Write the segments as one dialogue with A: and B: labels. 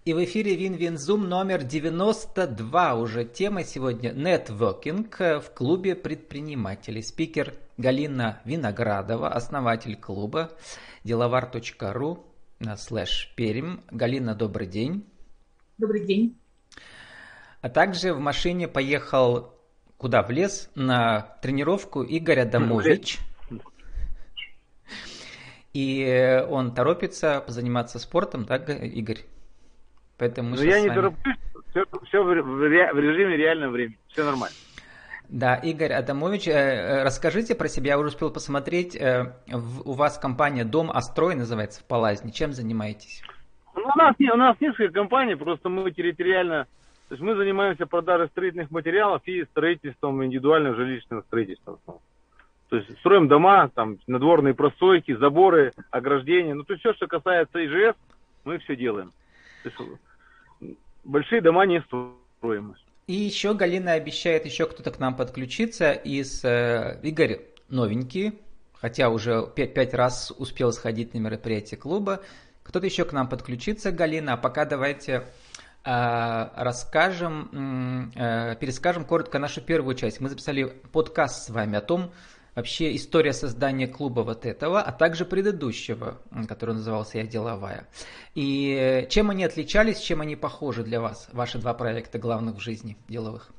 A: И в эфире Вин-Вин-Зум номер 92. Уже тема сегодня нетворкинг в клубе предпринимателей. Спикер Галина Виноградова, основатель клуба деловар.ру /Пермь. Галина, добрый день.
B: Добрый день.
A: А также в машине поехал куда? В лес на тренировку Игорь Адамович. И он торопится позаниматься спортом, так, Игорь? Поэтому мы
C: я не тороплюсь, все в режиме реального времени, все нормально.
A: Да, Игорь Адамович, расскажите про себя, я уже успел посмотреть, у вас компания «Дом Острой» называется в Палазне, чем занимаетесь?
C: У нас несколько компаний, просто мы территориально, то есть мы занимаемся продажей строительных материалов и строительством индивидуального жилищного строительства. То есть строим дома, там надворные простройки, заборы, ограждения, то есть все, что касается ИЖС, мы все делаем. То есть большие дома не строим.
A: И еще Галина обещает еще кто-то к нам подключиться из Игорь новенький, хотя уже 5 раз успел сходить на мероприятие клуба. Кто-то еще к нам подключится, Галина. А пока давайте перескажем коротко нашу первую часть. Мы записали подкаст с вами о том, вообще история создания клуба вот этого, а также предыдущего, который назывался «Я деловая». И чем они отличались, чем они похожи для вас, ваши два проекта главных в жизни деловых?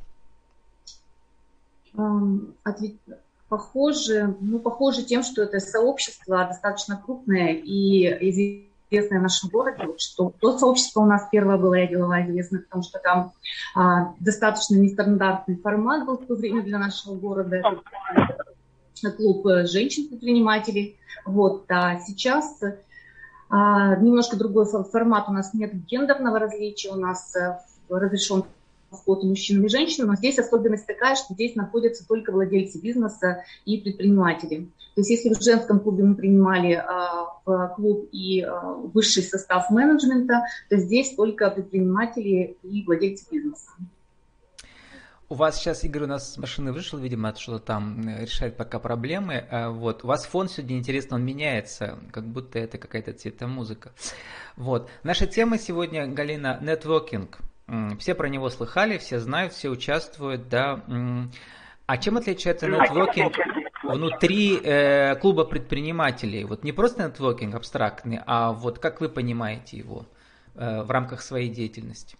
B: Похоже тем, что это сообщество достаточно крупное и известное в нашем городе. Что то сообщество у нас первое было «Я деловая» известно, потому что там достаточно нестандартный формат был в то время для нашего города. Клуб женщин-предпринимателей. А сейчас немножко другой формат. У нас нет гендерного различия, у нас разрешен вход и мужчинам, и женщинам, но здесь особенность такая, что здесь находятся только владельцы бизнеса и предприниматели. То есть если в женском клубе мы принимали в клуб и высший состав менеджмента, то здесь только предприниматели и владельцы бизнеса.
A: У вас сейчас, Игорь, у нас с машины вышел, видимо, что-то там решает пока проблемы. У вас фон сегодня, интересно, он меняется, как будто это какая-то цветомузыка. Наша тема сегодня, Галина, нетворкинг. Все про него слыхали, все знают, все участвуют, да. А чем отличается нетворкинг внутри клуба предпринимателей? Не просто нетворкинг абстрактный, а как вы понимаете его в рамках своей деятельности?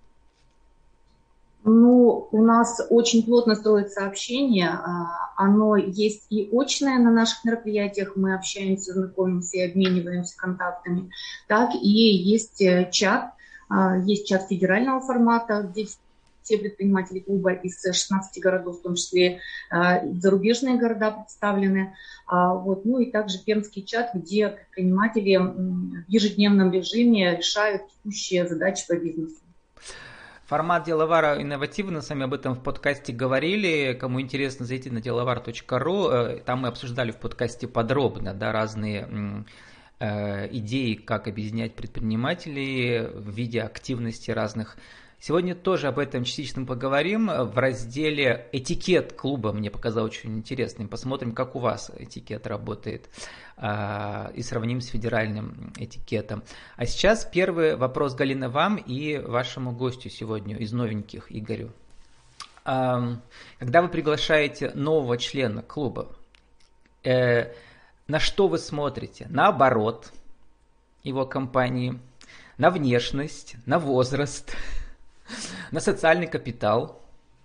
B: У нас очень плотно строится общение, оно есть и очное на наших мероприятиях, мы общаемся, знакомимся и обмениваемся контактами, так и есть чат федерального формата, где все предприниматели клуба из 16 городов, в том числе зарубежные города представлены, и также пермский чат, где предприниматели в ежедневном режиме решают текущие задачи по бизнесу.
A: Формат деловара инновативный, сами об этом в подкасте говорили. Кому интересно, зайти на деловар.ру. Там мы обсуждали в подкасте подробно разные идеи, как объединять предпринимателей в виде активности разных. Сегодня тоже об этом частично поговорим в разделе «Этикет клуба». Мне показалось очень интересным. Посмотрим, как у вас этикет работает и сравним с федеральным этикетом. А сейчас первый вопрос, Галина, вам и вашему гостю сегодня из новеньких, Игорю. Когда вы приглашаете нового члена клуба, на что вы смотрите? На оборот его компании, на внешность, на возраст, на социальный капитал?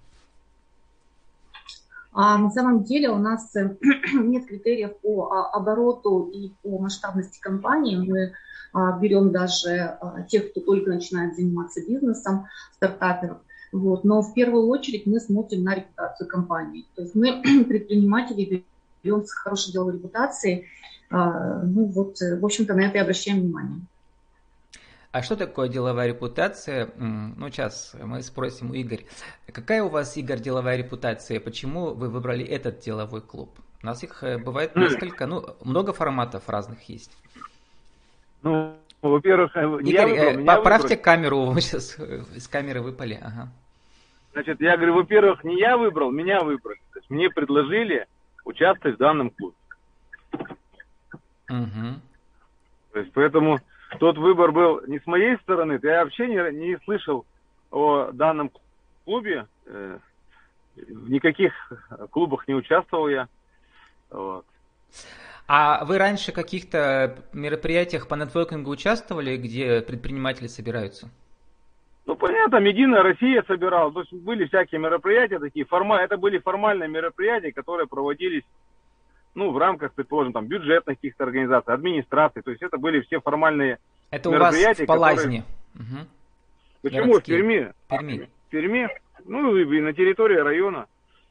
B: На самом деле у нас нет критериев по обороту и по масштабности компании. Мы берем даже тех, кто только начинает заниматься бизнесом, стартаперов. Но в первую очередь мы смотрим на репутацию компании. То есть мы предприниматели берем с хорошей деловой репутацией. В общем-то, на это и обращаем внимание.
A: А что такое деловая репутация? Сейчас мы спросим у Игоря. Какая у вас, Игорь, деловая репутация? Почему вы выбрали этот деловой клуб? У нас их бывает несколько, много форматов разных есть.
C: Во-первых,
A: Игорь, поправьте камеру, вы сейчас из камеры выпали. Ага.
C: Значит, я говорю, во-первых, не я выбрал, меня выбрали. То есть мне предложили участвовать в данном клубе.
A: Угу.
C: То есть поэтому тот выбор был не с моей стороны. Я вообще не слышал о данном клубе. В никаких клубах не участвовал я. Вот.
A: А вы раньше в каких-то мероприятиях по нетворкингу участвовали, где предприниматели собираются?
C: Ну, понятно, Единая Россия собирала. То есть были всякие мероприятия такие. Это были формальные мероприятия, которые проводились, ну, в рамках, предположим, там, бюджетных каких-то организаций, администраций. То есть это были все формальные
A: это
C: мероприятия.
A: Это у вас в Полазне?
C: Которые... Угу. Почему? В Перми. В Перми. Ну, и на территории района.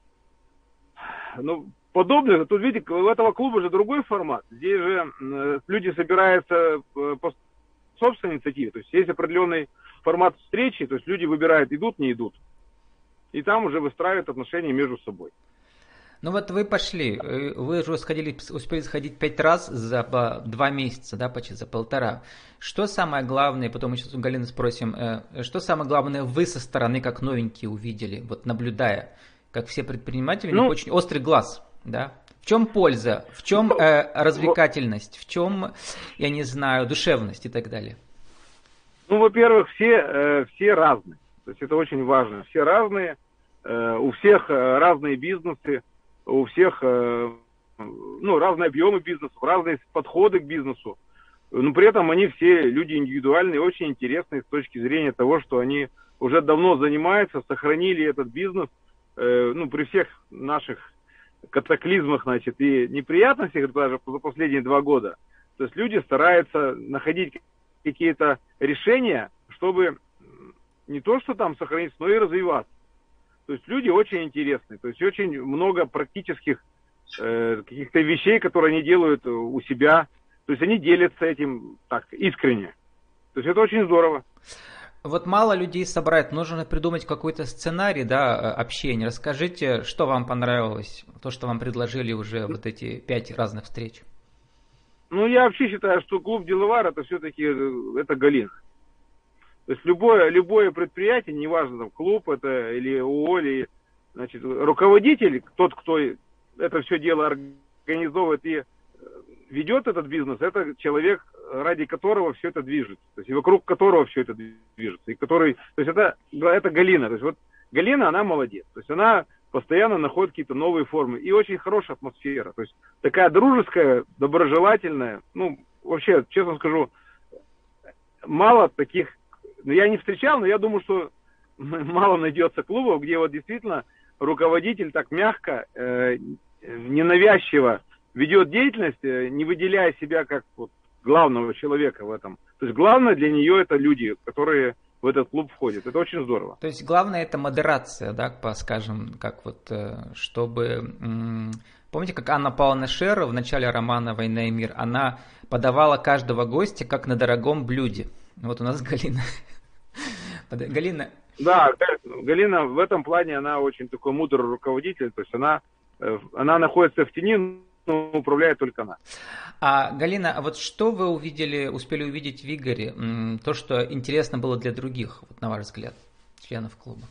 C: Ну, подобное. Тут, видите, у этого клуба же другой формат. Здесь же люди собираются по собственной инициативе. То есть есть определенный формат встречи, то есть люди выбирают, идут, не идут. И там уже выстраивают отношения между собой.
A: Ну вот вы пошли, вы уже успели сходить 5 раз за 2 месяца, да, почти за 1,5. Что самое главное, потом мы сейчас у Галины спросим, что самое главное вы со стороны как новенькие увидели, вот наблюдая, как все предприниматели, у них очень острый глаз, да? В чем польза, в чем развлекательность, в чем, я не знаю, душевность и так далее?
C: Ну, во-первых, все разные. То есть это очень важно. Все разные, у всех разные бизнесы, у всех разные объемы бизнеса, разные подходы к бизнесу. Но при этом они все люди индивидуальные, очень интересные с точки зрения того, что они уже давно занимаются, сохранили этот бизнес, при всех наших катаклизмах, значит, и неприятностях даже за последние 2 года. То есть люди стараются находить какие-то решения, чтобы не то, что там сохраниться, но и развиваться. То есть люди очень интересные, то есть очень много практических каких-то вещей, которые они делают у себя. То есть они делятся этим так искренне. То есть это очень здорово.
A: Вот мало людей собрать, нужно придумать какой-то сценарий, да, общения. Расскажите, что вам понравилось, то, что вам предложили уже вот эти 5 разных встреч.
C: Ну, я вообще считаю, что клуб Делавар это все-таки это Галина. То есть любое предприятие, неважно, там, клуб это или ООО, или, значит, руководитель, тот, кто это все дело организовывает и ведет этот бизнес, это человек, ради которого все это движется. То есть и вокруг которого все это движется. И который, то есть это Галина. То есть вот Галина, она молодец. То есть она постоянно находит какие-то новые формы. И очень хорошая атмосфера. То есть такая дружеская, доброжелательная. Ну, вообще, честно скажу, мало таких, я не встречал, но я думаю, что мало найдется клубов, где вот действительно руководитель так мягко, ненавязчиво ведет деятельность, не выделяя себя как вот главного человека в этом. То есть главное для нее это люди, которые в этот клуб входят. Это очень здорово.
A: То есть главное это модерация, да, скажем, как вот, чтобы... Помните, как Анна Павловна Шер в начале романа «Война и мир», она подавала каждого гостя как на дорогом блюде. Вот у нас Галина. Галина...
C: Да, Галина в этом плане, она очень такой мудрый руководитель, то есть она находится в тени, но управляет только она.
A: Галина, а вот что вы успели увидеть в Игоре, то, что интересно было для других, вот, на ваш взгляд, членов клуба?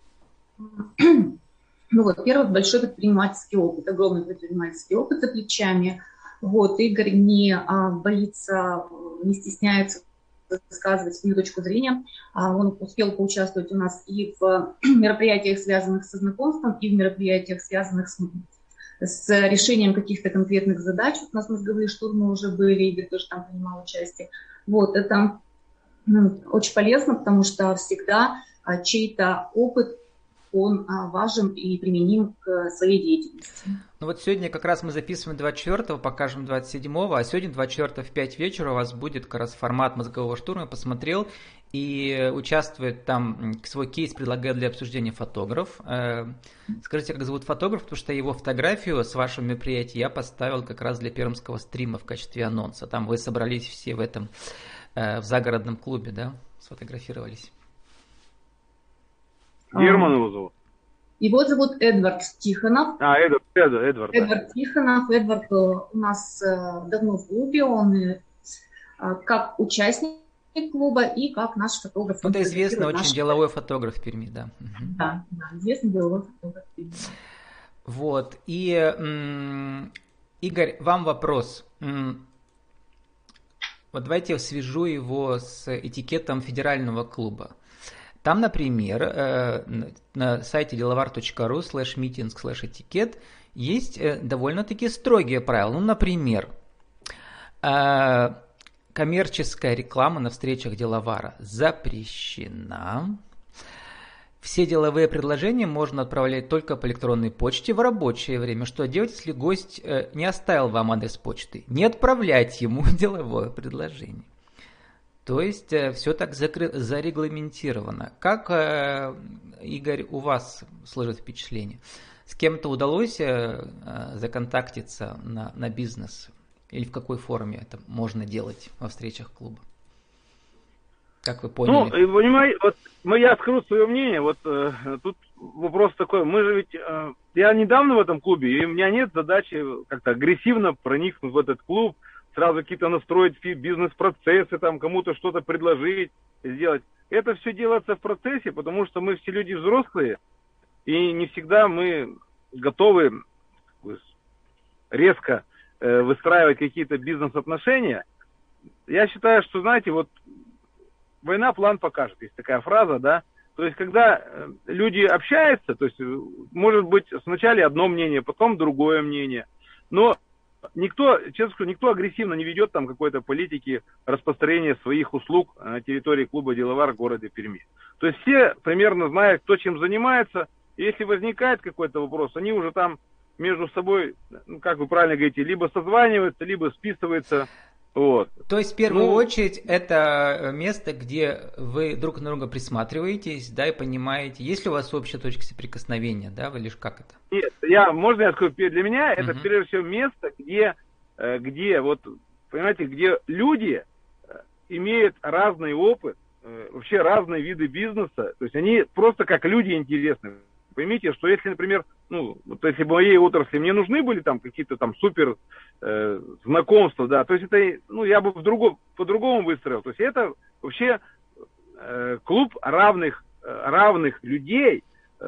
B: Ну вот, во-первых, большой предпринимательский опыт, огромный предпринимательский опыт за плечами. Вот, Игорь не боится, не стесняется высказывать свою точку зрения. Он успел поучаствовать у нас и в мероприятиях, связанных со знакомством, и в мероприятиях, связанных с решением каких-то конкретных задач. У нас мозговые штурмы уже были, Игорь тоже там принимал участие. Вот, это очень полезно, потому что всегда чей-то опыт, он важен и применим к своей деятельности.
A: Ну вот сегодня как раз мы записываем 24-го, покажем 27-го, а сегодня 24-го в 5 вечера у вас будет как раз формат мозгового штурма, я посмотрел, и участвует там, свой кейс предлагает для обсуждения фотограф. Скажите, как зовут фотограф, потому что его фотографию с вашего мероприятия я поставил как раз для пермского стрима в качестве анонса. Там вы собрались все в этом, в загородном клубе, да, сфотографировались.
C: Герман его зовут.
B: Его зовут Эдвард Тихонов.
C: Эдвард.
B: Эдвард Тихонов. Эдвард у нас давно в клубе, он как участник клуба и как наш фотограф.
A: Это известный очень деловой фотограф в Перми, да.
B: Да, известный деловой фотограф в Перми.
A: Вот, и, Игорь, вам вопрос. Вот давайте я свяжу его с этикетом федерального клуба. Там, например, на сайте delovar.ru/meeting/этикет есть довольно-таки строгие правила. Ну, например, коммерческая реклама на встречах деловара запрещена. Все деловые предложения можно отправлять только по электронной почте в рабочее время. Что делать, если гость не оставил вам адрес почты? Не отправлять ему деловое предложение. То есть все так зарегламентировано. Как, Игорь, у вас сложилось впечатление? С кем-то удалось законтактиться на бизнес? Или в какой форме это можно делать во встречах клуба? Как вы поняли?
C: Ну, понимаете, вот я скажу свое мнение. Вот тут вопрос такой. Мы же ведь... я недавно в этом клубе, и у меня нет задачи как-то агрессивно проникнуть в этот клуб, сразу какие-то настроить бизнес-процессы, там кому-то что-то предложить, сделать. Это все делается в процессе, потому что мы все люди взрослые, и не всегда мы готовы резко выстраивать какие-то бизнес-отношения. Я считаю, что, знаете, вот война план покажет, есть такая фраза, да. То есть, когда люди общаются, то есть, может быть, сначала одно мнение, потом другое мнение, но никто, честно скажу, никто агрессивно не ведет там какой-то политики распространения своих услуг на территории клуба «Деловар» в городе Перми. То есть все примерно знают, кто чем занимается, и если возникает какой-то вопрос, они уже там между собой, ну, как вы правильно говорите, либо созваниваются, либо списываются. Вот.
A: То есть в первую очередь это место, где вы друг на друга присматриваетесь, да, и понимаете, есть ли у вас общая точка соприкосновения, да, или как это?
C: Нет, можно я скажу, для меня это прежде всего место, где вот, понимаете, где люди имеют разный опыт, вообще разные виды бизнеса, то есть они просто как люди интересны. Поймите, что если, например, ну, вот если бы в моей отрасли мне нужны были там какие-то там супер знакомства, да, то есть это, ну, я бы по-другому выстроил. То есть это вообще клуб равных людей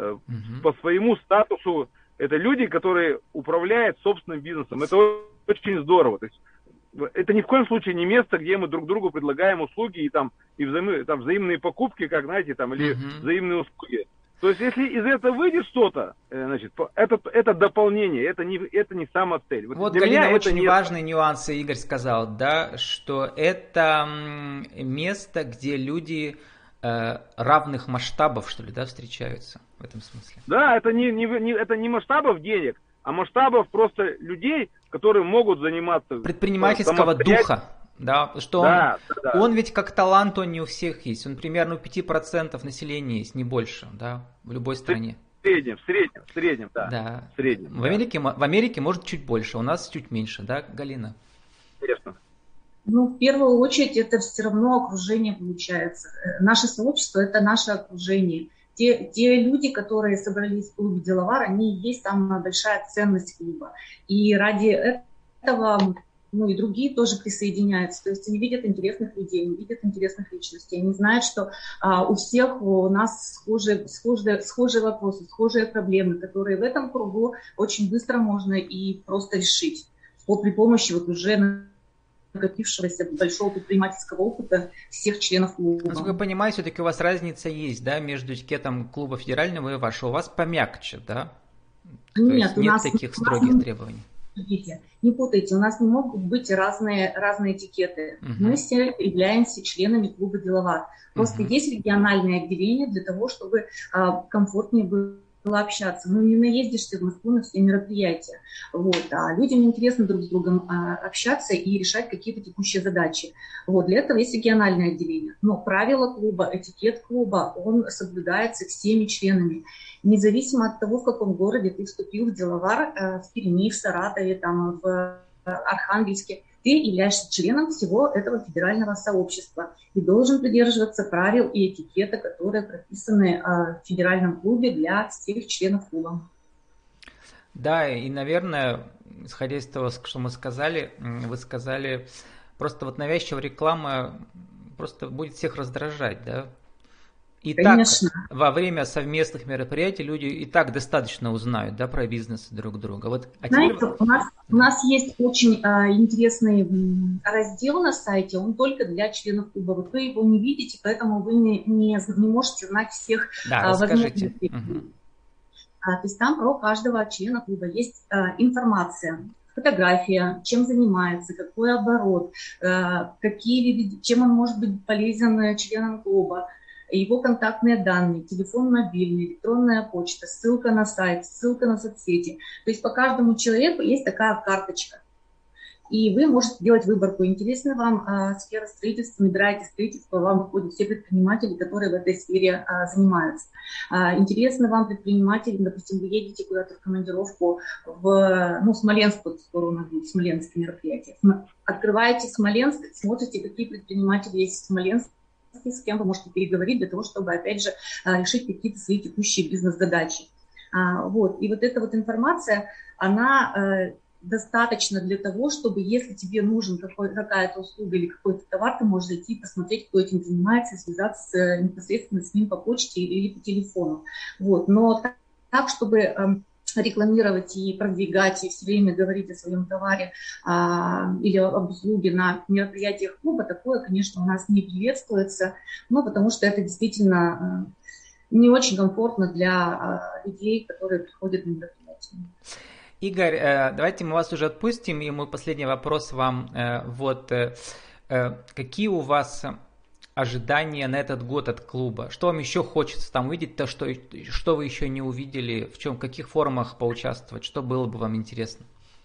C: по своему статусу. Это люди, которые управляют собственным бизнесом. Это очень здорово. То есть это ни в коем случае не место, где мы друг другу предлагаем услуги и взаимные покупки, как, знаете, там, или взаимные услуги. То есть, если из этого выйдет что-то, значит, это дополнение, это не сама цель.
A: Вот Галина, очень важный нюанс, Игорь сказал, да, что это место, где люди равных масштабов, что ли, да, встречаются в этом смысле.
C: Да, это не масштабов денег, а масштабов просто людей, которые могут заниматься
A: предпринимательского духа. Да, что он ведь как талант, он не у всех есть. Он примерно у 5% населения есть, не больше, да, в любой стране.
C: В среднем, да.
A: Да.
C: В среднем,
A: в Америке может чуть больше, у нас чуть меньше, да, Галина?
C: Конечно.
B: Ну, в первую очередь, это все равно окружение получается. Наше сообщество – это наше окружение. Те люди, которые собрались в клубе «Деловар», они и есть самая большая ценность клуба. И ради этого... Ну и другие тоже присоединяются, то есть они видят интересных людей, они видят интересных личностей, они знают, что у нас схожие вопросы, схожие проблемы, которые в этом кругу очень быстро можно и просто решить при помощи вот уже накопившегося большого предпринимательского опыта всех членов клуба.
A: Насколько я понимаю, все-таки у вас разница есть, да, между этикетом клуба федерального и вашего, у вас помягче, да?
B: Нет,
A: то есть нет таких строгих требований.
B: Не путайте, у нас не могут быть разные этикеты. Мы все являемся членами клуба «Деловар». Просто есть региональные отделения для того, чтобы комфортнее было общаться. Ну, не наездишься в Москву на все мероприятия. Вот. А людям интересно друг с другом общаться и решать какие-то текущие задачи. Вот. Для этого есть региональное отделение. Но правила клуба, этикет клуба, он соблюдается всеми членами. Независимо от того, в каком городе ты вступил в «Деловар», в Перми, в Саратове, там, в Архангельске, ты являешься членом всего этого федерального сообщества и должен придерживаться правил и этикета, которые прописаны в федеральном клубе для всех членов клуба.
A: Да, и, наверное, исходя из того, что мы сказали, вы сказали, просто вот навязчивая реклама просто будет всех раздражать, да? И
B: Конечно.
A: так во время совместных мероприятий люди и так достаточно узнают, да, про бизнес друг друга. Вот, а теперь...
B: Знаете, у нас есть очень интересный раздел на сайте, он только для членов клуба. Вот вы его не видите, поэтому вы не можете знать всех
A: Да, расскажите.
B: возможностей. То есть там про каждого члена клуба есть информация, фотография, чем занимается, какой оборот, чем он может быть полезен членам клуба, его контактные данные, телефон мобильный, электронная почта, ссылка на сайт, ссылка на соцсети. То есть по каждому человеку есть такая карточка. И вы можете делать выборку. Интересна вам сфера строительства, набираете строительство, вам выходят все предприниматели, которые в этой сфере занимаются. Интересно вам предприниматели, допустим, вы едете куда-то в командировку в Смоленск, вот скоро у нас будет смоленские мероприятия. Открываете Смоленск, смотрите, какие предприниматели есть в Смоленске, с кем вы можете переговорить для того, чтобы, опять же, решить какие-то свои текущие бизнес-задачи. Вот. И вот эта вот информация, она достаточно для того, чтобы, если тебе нужен какая-то услуга или какой-то товар, ты можешь зайти и посмотреть, кто этим занимается, и связаться непосредственно с ним по почте или по телефону. Вот. Но так, чтобы рекламировать и продвигать, и все время говорить о своем товаре или об услуге на мероприятиях клуба, такое, конечно, у нас не приветствуется, потому что это действительно не очень комфортно для людей, которые приходят на мероприятия.
A: Игорь, давайте мы вас уже отпустим, и мой последний вопрос вам. Какие у вас ожидания на этот год от клуба? Что вам еще хочется там увидеть, то, что вы еще не увидели, в каких форумах поучаствовать, что было бы вам интересно?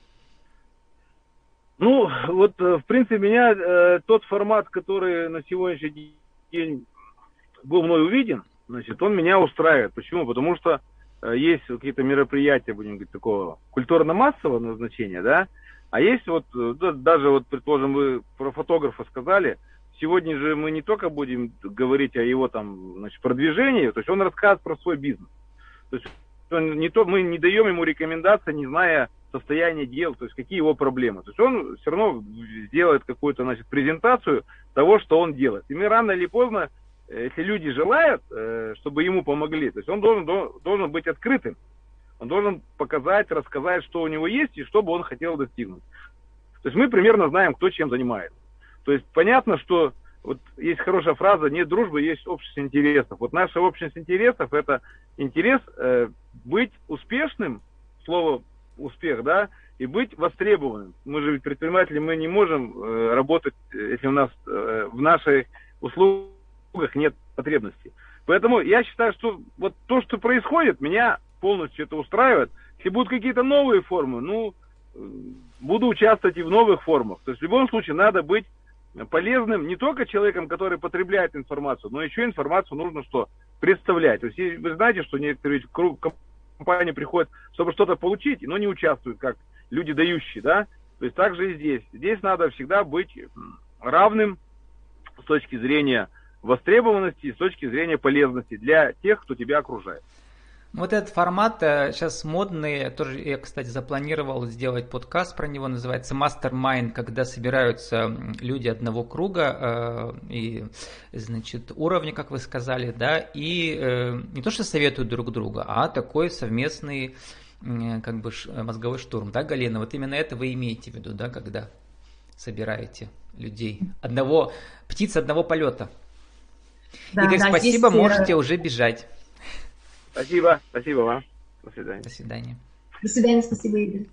C: В принципе, меня тот формат, который на сегодняшний день был мной увиден, он меня устраивает. Почему? Потому что есть какие-то мероприятия, будем говорить, такого культурно-массового назначения, да, а есть даже предположим, вы про фотографа сказали, сегодня же мы не только будем говорить о его продвижении, то есть он рассказывает про свой бизнес. То есть мы не даем ему рекомендации, не зная состояние дел, то есть какие его проблемы. То есть он все равно сделает какую-то, презентацию того, что он делает. И мы рано или поздно, если люди желают, чтобы ему помогли, то есть он должен быть открытым. Он должен показать, рассказать, что у него есть и что бы он хотел достигнуть. То есть мы примерно знаем, кто чем занимается. То есть понятно, что есть хорошая фраза: нет дружбы, есть общество интересов. Наша общность интересов — это интерес быть успешным, слово успех, да, и быть востребованным. Мы же ведь предприниматели, мы не можем работать, если у нас в наших услугах нет потребностей. Поэтому я считаю, что то, что происходит, меня полностью это устраивает. Если будут какие-то новые формы, буду участвовать и в новых формах. То есть в любом случае надо быть полезным не только человеком, который потребляет информацию, но еще информацию нужно представлять. То есть вы знаете, что некоторые компании приходят, чтобы что-то получить, но не участвуют как люди дающие, да? То есть так же и здесь. Здесь надо всегда быть равным с точки зрения востребованности, с точки зрения полезности для тех, кто тебя окружает.
A: Этот формат сейчас модный, тоже я, кстати, запланировал сделать подкаст про него, называется Mastermind, когда собираются люди одного круга и, уровня, как вы сказали, да, и не то, что советуют друг друга, а такой совместный мозговой штурм, да, Галина? Именно это вы имеете в виду, да, когда собираете людей, птиц одного полета. Да, Игорь, спасибо, можете уже бежать.
C: Спасибо вам. До свидания.
A: До свидания.
B: До свидания, спасибо, Игорь.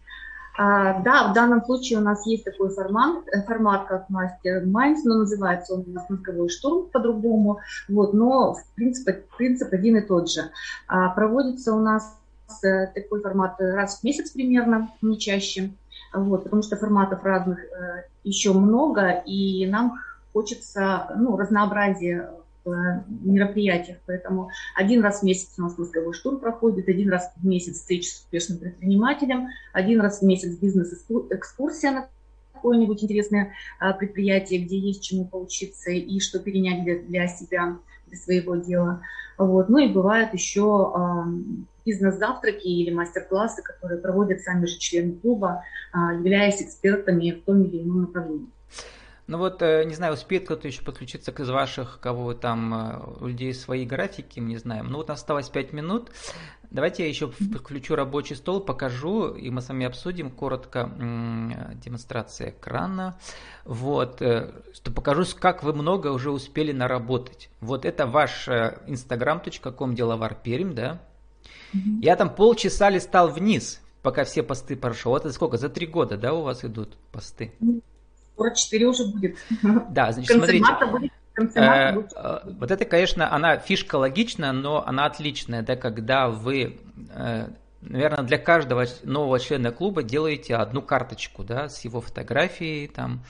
B: Да, в данном случае у нас есть такой формат как Mastermind, но называется он у нас мозговой штурм по-другому, но принцип один и тот же. Проводится у нас такой формат раз в месяц примерно, не чаще, потому что форматов разных еще много, и нам хочется разнообразия в мероприятиях, поэтому один раз в месяц у нас мозговой штурм проходит, один раз в месяц встреча с успешным предпринимателем, один раз в месяц бизнес-экскурсия на какое-нибудь интересное предприятие, где есть чему поучиться и что перенять для себя, для своего дела. И бывают еще бизнес-завтраки или мастер-классы, которые проводят сами же члены клуба, являясь экспертами в том или ином направлении.
A: Ну вот, не знаю, успеет кто-то еще подключиться из ваших, кого вы там, у людей свои графики, мы не знаем. Ну вот у нас осталось 5 минут. Давайте я еще включу рабочий стол, покажу, и мы с вами обсудим коротко демонстрация экрана. Вот, что покажу, как вы много уже успели наработать. Вот это ваш instagram.com деловар.пермь, да? Я там полчаса листал вниз, пока все посты прошел. Это сколько? За 3 года, да, у вас идут посты?
B: Скоро 4 уже будет.
A: Да, значит, смотрите. Вот это, конечно, она фишка логичная, но она отличная, да, когда вы, наверное, для каждого нового члена клуба делаете одну карточку, да, с его фотографией, там,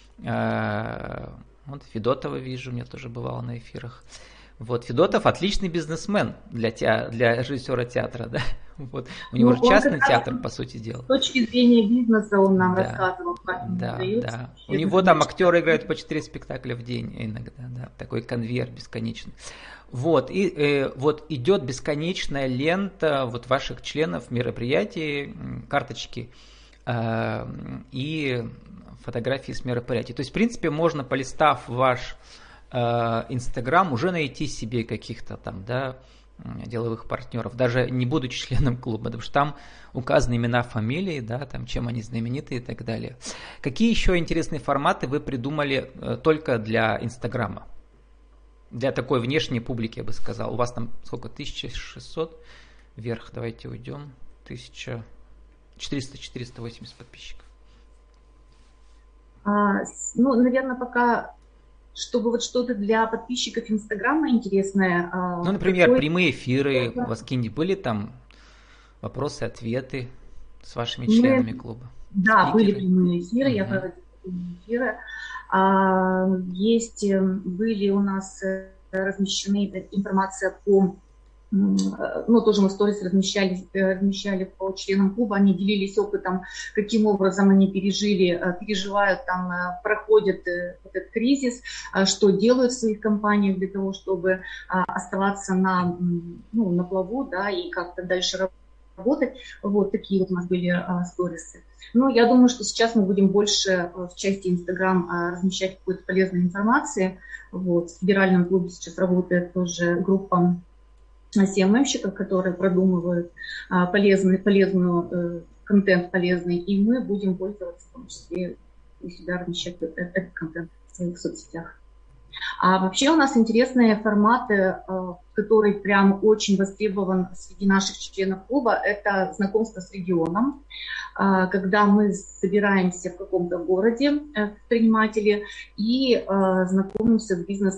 A: вот Федотова вижу, у меня тоже бывало на эфирах. Вот, Федотов отличный бизнесмен для режиссера театра, да. Вот. У него же частный театр, по сути дела.
B: С точки зрения бизнеса он нам рассказывал, как ему удается.
A: Да. У него там актеры играют по 4 спектакля в день иногда, да. Такой конвейер бесконечный. Вот, и вот идет бесконечная лента вот ваших членов мероприятий, карточки и фотографии с мероприятий. То есть, в принципе, можно, полистав ваш Инстаграм, уже найти себе каких-то там, да, деловых партнеров, даже не будучи членом клуба, потому что там указаны имена, фамилии, да, там, чем они знамениты и так далее. Какие еще интересные форматы вы придумали только для Инстаграма? Для такой внешней публики, я бы сказал. У вас там сколько? 1600 вверх, давайте уйдем. 1400-480 подписчиков.
B: Ну, наверное, пока... Чтобы вот что-то для подписчиков Инстаграма интересное.
A: Ну, например, прямые эфиры. У вас какие-нибудь были там вопросы-ответы с вашими членами клуба?
B: Да, были прямые эфиры, я проводила прямые эфиры. Были у нас размещены информация по... Ну, тоже мы сторис размещали по членам клуба, они делились опытом, каким образом они переживают, там, проходят этот кризис, что делают в своих компаниях для того, чтобы оставаться на плаву, да, и как-то дальше работать. Вот такие вот у нас были сторисы. Но я думаю, что сейчас мы будем больше в части Инстаграм размещать какой-то полезной информации. Вот. В федеральном клубе сейчас работает тоже группа CMM-щиков, которые продумывают полезную контент полезный, и мы будем пользоваться, в том числе, и сюда размещать этот контент в своих соцсетях. А вообще у нас интересные форматы, который прям очень востребован среди наших членов клуба, это знакомство с регионом, когда мы собираемся в каком-то городе, предприниматели, и знакомимся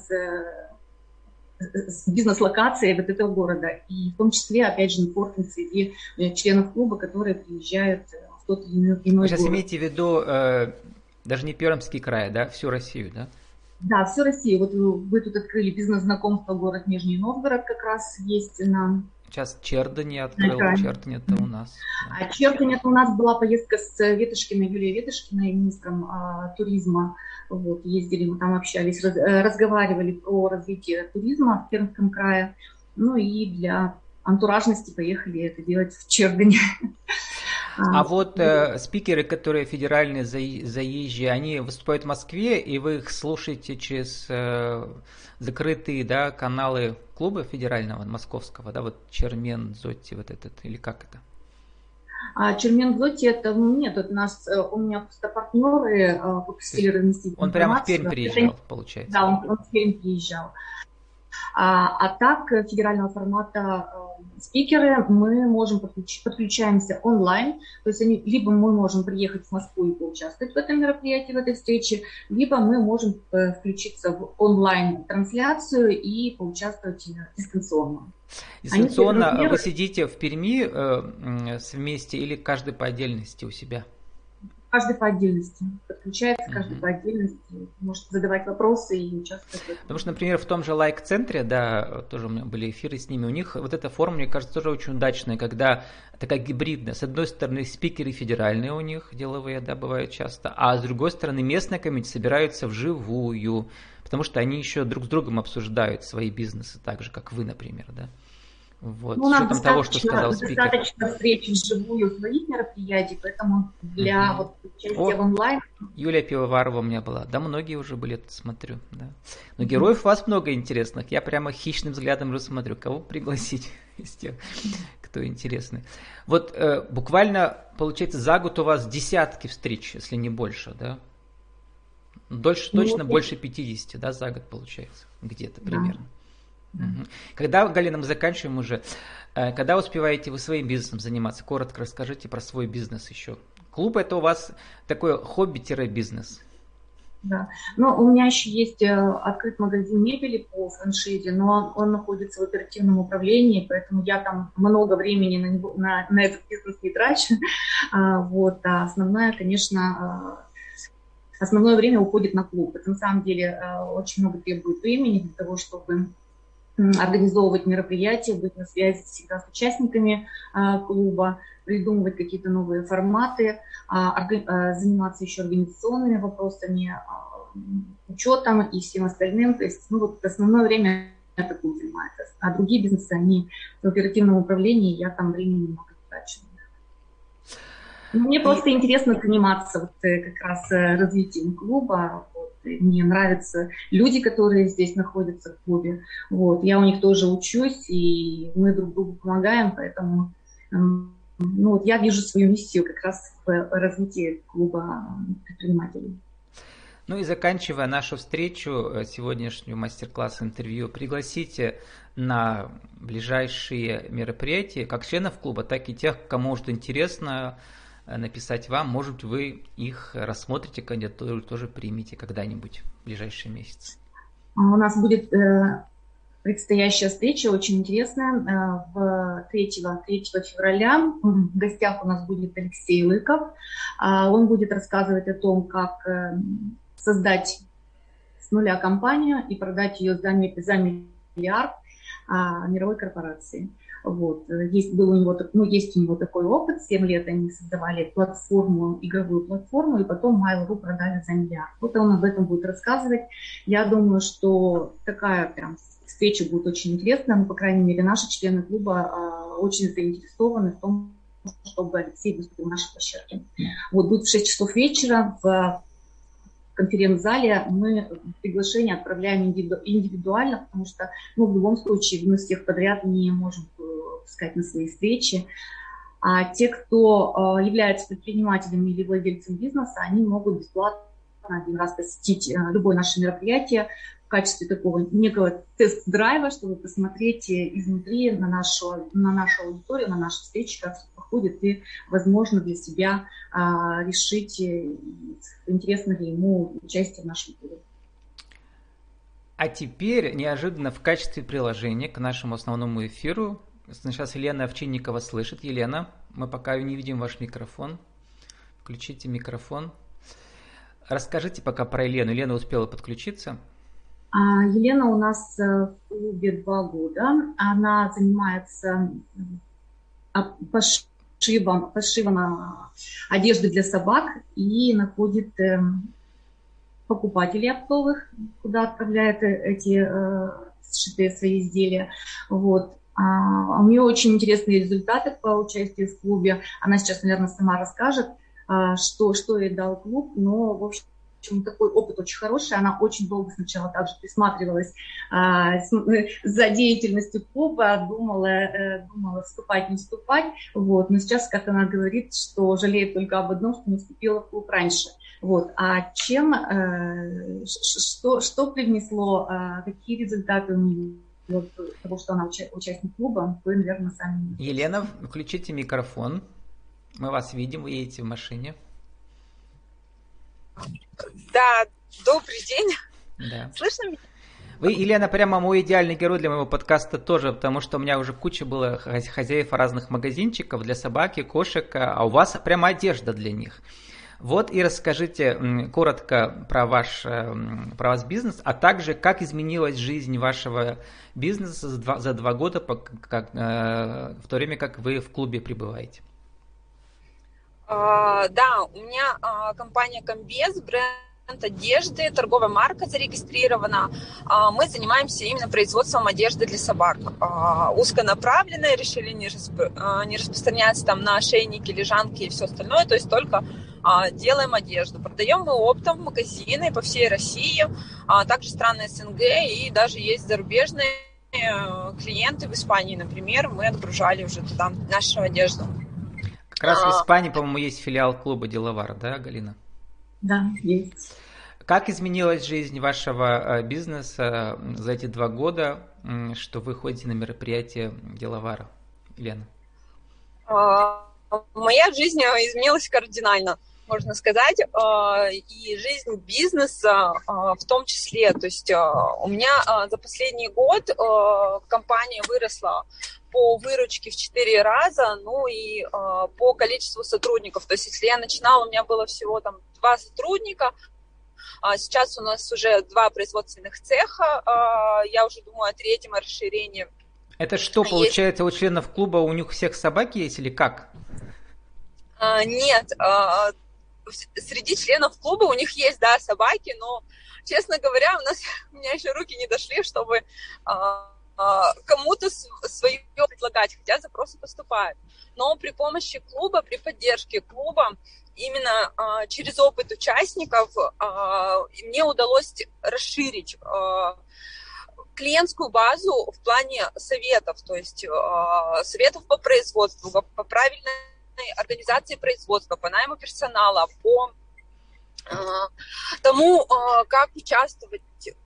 B: с бизнес-локацией вот этого города. И в том числе, опять же, нетворкинг среди членов клуба, которые приезжают в тот или иной
A: Вы сейчас
B: город.
A: имеете в виду даже не Пермский край, да, всю Россию, да?
B: Да, всю Россию. Вот вы тут открыли бизнес-знакомство, город Нижний Новгород как раз есть на...
A: Сейчас Чердани открыл, Чердани это у нас.
B: Да. А Чердани это у нас была поездка с Ветошкиной, Юлией Ветошкиной, министром туризма. Вот, ездили, мы там общались, разговаривали про развитие туризма в Пермском крае. Ну и для антуражности поехали это делать в Чердани.
A: А вот спикеры, которые федеральные, заезжие, они выступают в Москве, и вы их слушаете через закрытые, да, каналы клуба федерального, московского, да, вот Чермен, Зотти, вот этот, или как это?
B: Чермен, Зотти, это нет, это у меня просто партнеры попросили разместить
A: информацию. Он прямо в Пермь приезжал, получается?
B: Да, он в Пермь приезжал. А так, федерального формата спикеры, мы можем подключаемся онлайн, то есть либо мы можем приехать в Москву и поучаствовать в этом мероприятии, в этой встрече, либо мы можем включиться в онлайн-трансляцию и поучаствовать дистанционно.
A: Дистанционно вы сидите в Перми вместе или каждый по отдельности у себя?
B: Каждый по отдельности. Подключается каждый по отдельности, может задавать вопросы и участвовать.
A: Потому что, например, в том же лайк-центре, да, тоже у меня были эфиры с ними, у них вот эта форма, мне кажется, тоже очень удачная, когда такая гибридная. С одной стороны, спикеры федеральные у них, деловые, да, бывают часто, а с другой стороны, местные комьюнити собираются вживую, потому что они еще друг с другом обсуждают свои бизнесы, так же, как вы, например, да. Вот,
B: Ну,
A: с
B: у нас
A: учетом того, что сказал спикер.
B: достаточно встреч вживую своих мероприятий, поэтому для вот участия в онлайн...
A: Юлия Пивоварова у меня была. Да, многие уже были, смотрю. Да. Но героев у вас много интересных. Я прямо хищным взглядом уже смотрю, кого пригласить из тех, кто интересный. Вот буквально, получается, за год у вас десятки встреч, если не больше, да? Точно больше 50, да, за год получается, где-то примерно. Угу. Когда, Галина, мы заканчиваем уже, когда успеваете вы своим бизнесом заниматься? Коротко расскажите про свой бизнес еще. Клуб – это у вас такое хобби-бизнес.
B: Да. Ну, у меня еще есть открыт магазин мебели по франшизе, но он находится в оперативном управлении, поэтому я там много времени на этот бизнес не трачу. Вот. А основное время уходит на клуб. Это на самом деле очень много требует времени для того, чтобы организовывать мероприятия, быть на связи всегда с участниками клуба, придумывать какие-то новые форматы, заниматься еще организационными вопросами, учетом и всем остальным. То есть основное время это клуб занимается. А другие бизнесы, они в оперативном управлении, я там времени много не трачу. Мне просто интересно заниматься как раз развитием клуба. Мне нравятся люди, которые здесь находятся в клубе. Вот. Я у них тоже учусь, и мы друг другу помогаем, поэтому я вижу свою миссию как раз в развитии клуба предпринимателей.
A: Ну и заканчивая нашу встречу, сегодняшнюю мастер-класс интервью, пригласите на ближайшие мероприятия как членов клуба, так и тех, кому может интересно написать вам, может вы их рассмотрите, кандидатуру тоже примете когда-нибудь в ближайшие месяцы.
B: У нас будет предстоящая встреча, очень интересная, 3 февраля. В гостях у нас будет Алексей Лыков. Он будет рассказывать о том, как создать с нуля компанию и продать ее за миллиард мировой корпорации. Вот. Есть у него такой опыт, 7 лет они создавали игровую платформу, и потом Mail.ru продали за миллиард. Вот он об этом будет рассказывать. Я думаю, что такая прям встреча будет очень интересная, по крайней мере, наши члены клуба очень заинтересованы в том, чтобы Алексей выступил на нашей площадке. Вот будет в 6 часов вечера в конференц-зале. Мы приглашение отправляем индивидуально, потому что в любом случае мы всех подряд не можем пускать на свои встречи. А те, кто является предпринимателем или владельцем бизнеса, они могут бесплатно один раз посетить любое наше мероприятие в качестве такого некого тест-драйва, чтобы посмотреть изнутри на нашу аудиторию, на наши встречи, как все проходит, и, возможно, для себя решить, интересно ли ему участие в нашем клубе.
A: А теперь неожиданно в качестве приложения к нашему основному эфиру сейчас Елена Овчинникова слышит. Елена, мы пока не видим ваш микрофон. Включите микрофон. Расскажите пока про Елену. Елена успела подключиться.
B: Елена у нас в клубе 2 года. Она занимается пошивом одежды для собак и находит покупателей оптовых, куда отправляет эти сшитые свои изделия. Вот. У нее очень интересные результаты по участию в клубе. Она сейчас, наверное, сама расскажет, что ей дал клуб, но, в общем, такой опыт очень хороший. Она очень долго сначала также присматривалась за деятельностью клуба, думала вступать, не вступать. Вот. Но сейчас, как она говорит, что жалеет только об одном, что не вступила в клуб раньше. Вот. А что привнесло, какие результаты у нее? Того, что она участник клуба, вы, наверное, сами...
A: Елена, включите микрофон. Мы вас видим, вы едете в машине.
D: Да, добрый день.
A: Да.
D: Слышно меня?
A: Вы, Елена, прямо мой идеальный герой для моего подкаста тоже, потому что у меня уже куча было хозяев разных магазинчиков для собак и кошек, а у вас прямо одежда для них. Вот и расскажите коротко про ваш бизнес, а также как изменилась жизнь вашего бизнеса за 2 года, в то время как вы в клубе пребываете.
D: Да, у меня компания Комбез, бренд одежды, торговая марка зарегистрирована. Мы занимаемся именно производством одежды для собак. Узконаправленные, решили не распространяться там на ошейники, лежанки и все остальное, то есть только делаем одежду. Продаем мы оптом в магазины по всей России, также страны СНГ, и даже есть зарубежные клиенты в Испании, например, мы отгружали уже туда нашу одежду.
A: Как раз в Испании, по-моему, есть филиал клуба Делавар, да, Галина?
B: Да, есть.
A: Как изменилась жизнь вашего бизнеса за эти 2 года, что вы ходите на мероприятия Делавара, Елена?
D: Моя жизнь изменилась кардинально, можно сказать, и жизнь бизнеса в том числе. То есть у меня за последний год компания выросла по выручке в 4 раза, ну и по количеству сотрудников. То есть если я начинала, у меня было всего там 2 сотрудника, сейчас у нас уже 2 производственных цеха, я уже думаю о 3-м расширении.
A: Это что, получается, у членов клуба у них всех собаки есть или как?
D: Нет, среди членов клуба у них есть, да, собаки, но, честно говоря, у меня еще руки не дошли, чтобы кому-то свое предлагать, хотя запросы поступают. Но при помощи клуба, при поддержке клуба, именно через опыт участников мне удалось расширить клиентскую базу в плане советов, то есть советов по производству, по правильной организации производства, по найму персонала, по тому, как участвовать.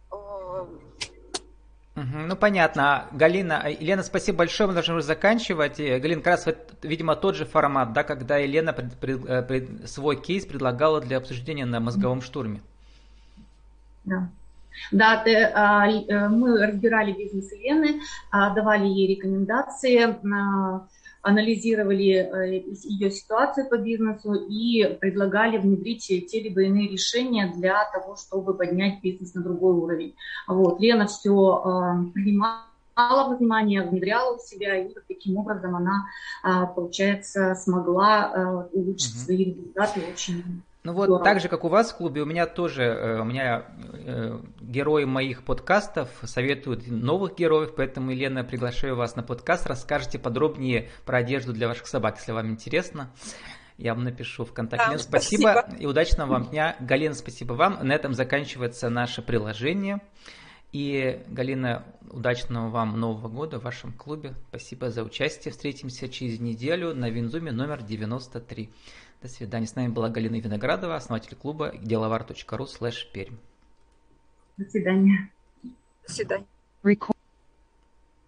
A: Ну, понятно. Галина, Елена, спасибо большое, мы должны уже заканчивать. Галина, как раз, видимо, тот же формат, да, когда Елена свой кейс предлагала для обсуждения на мозговом штурме.
B: Да. Да, мы разбирали бизнес Елены, давали ей рекомендации, анализировали ее ситуацию по бизнесу и предлагали внедрить те либо иные решения для того, чтобы поднять бизнес на другой уровень. Вот. Лена все принимала во внимание, внедряла у себя, и таким образом она, получается, смогла улучшить свои результаты очень.
A: Ну вот, так же, как у вас в клубе, у меня тоже, герои моих подкастов советуют новых героев, поэтому, Елена, приглашаю вас на подкаст, расскажите подробнее про одежду для ваших собак, если вам интересно. Я вам напишу ВКонтакте.
D: Да,
A: спасибо и удачного вам дня. Галина, спасибо вам. На этом заканчивается наше приложение. И, Галина, удачного вам Нового года в вашем клубе. Спасибо за участие. Встретимся через неделю на Винзуме номер 93. До свидания. С нами была Галина Виноградова, основатель клуба delovar.ru/Пермь.
B: До свидания.
D: До свидания.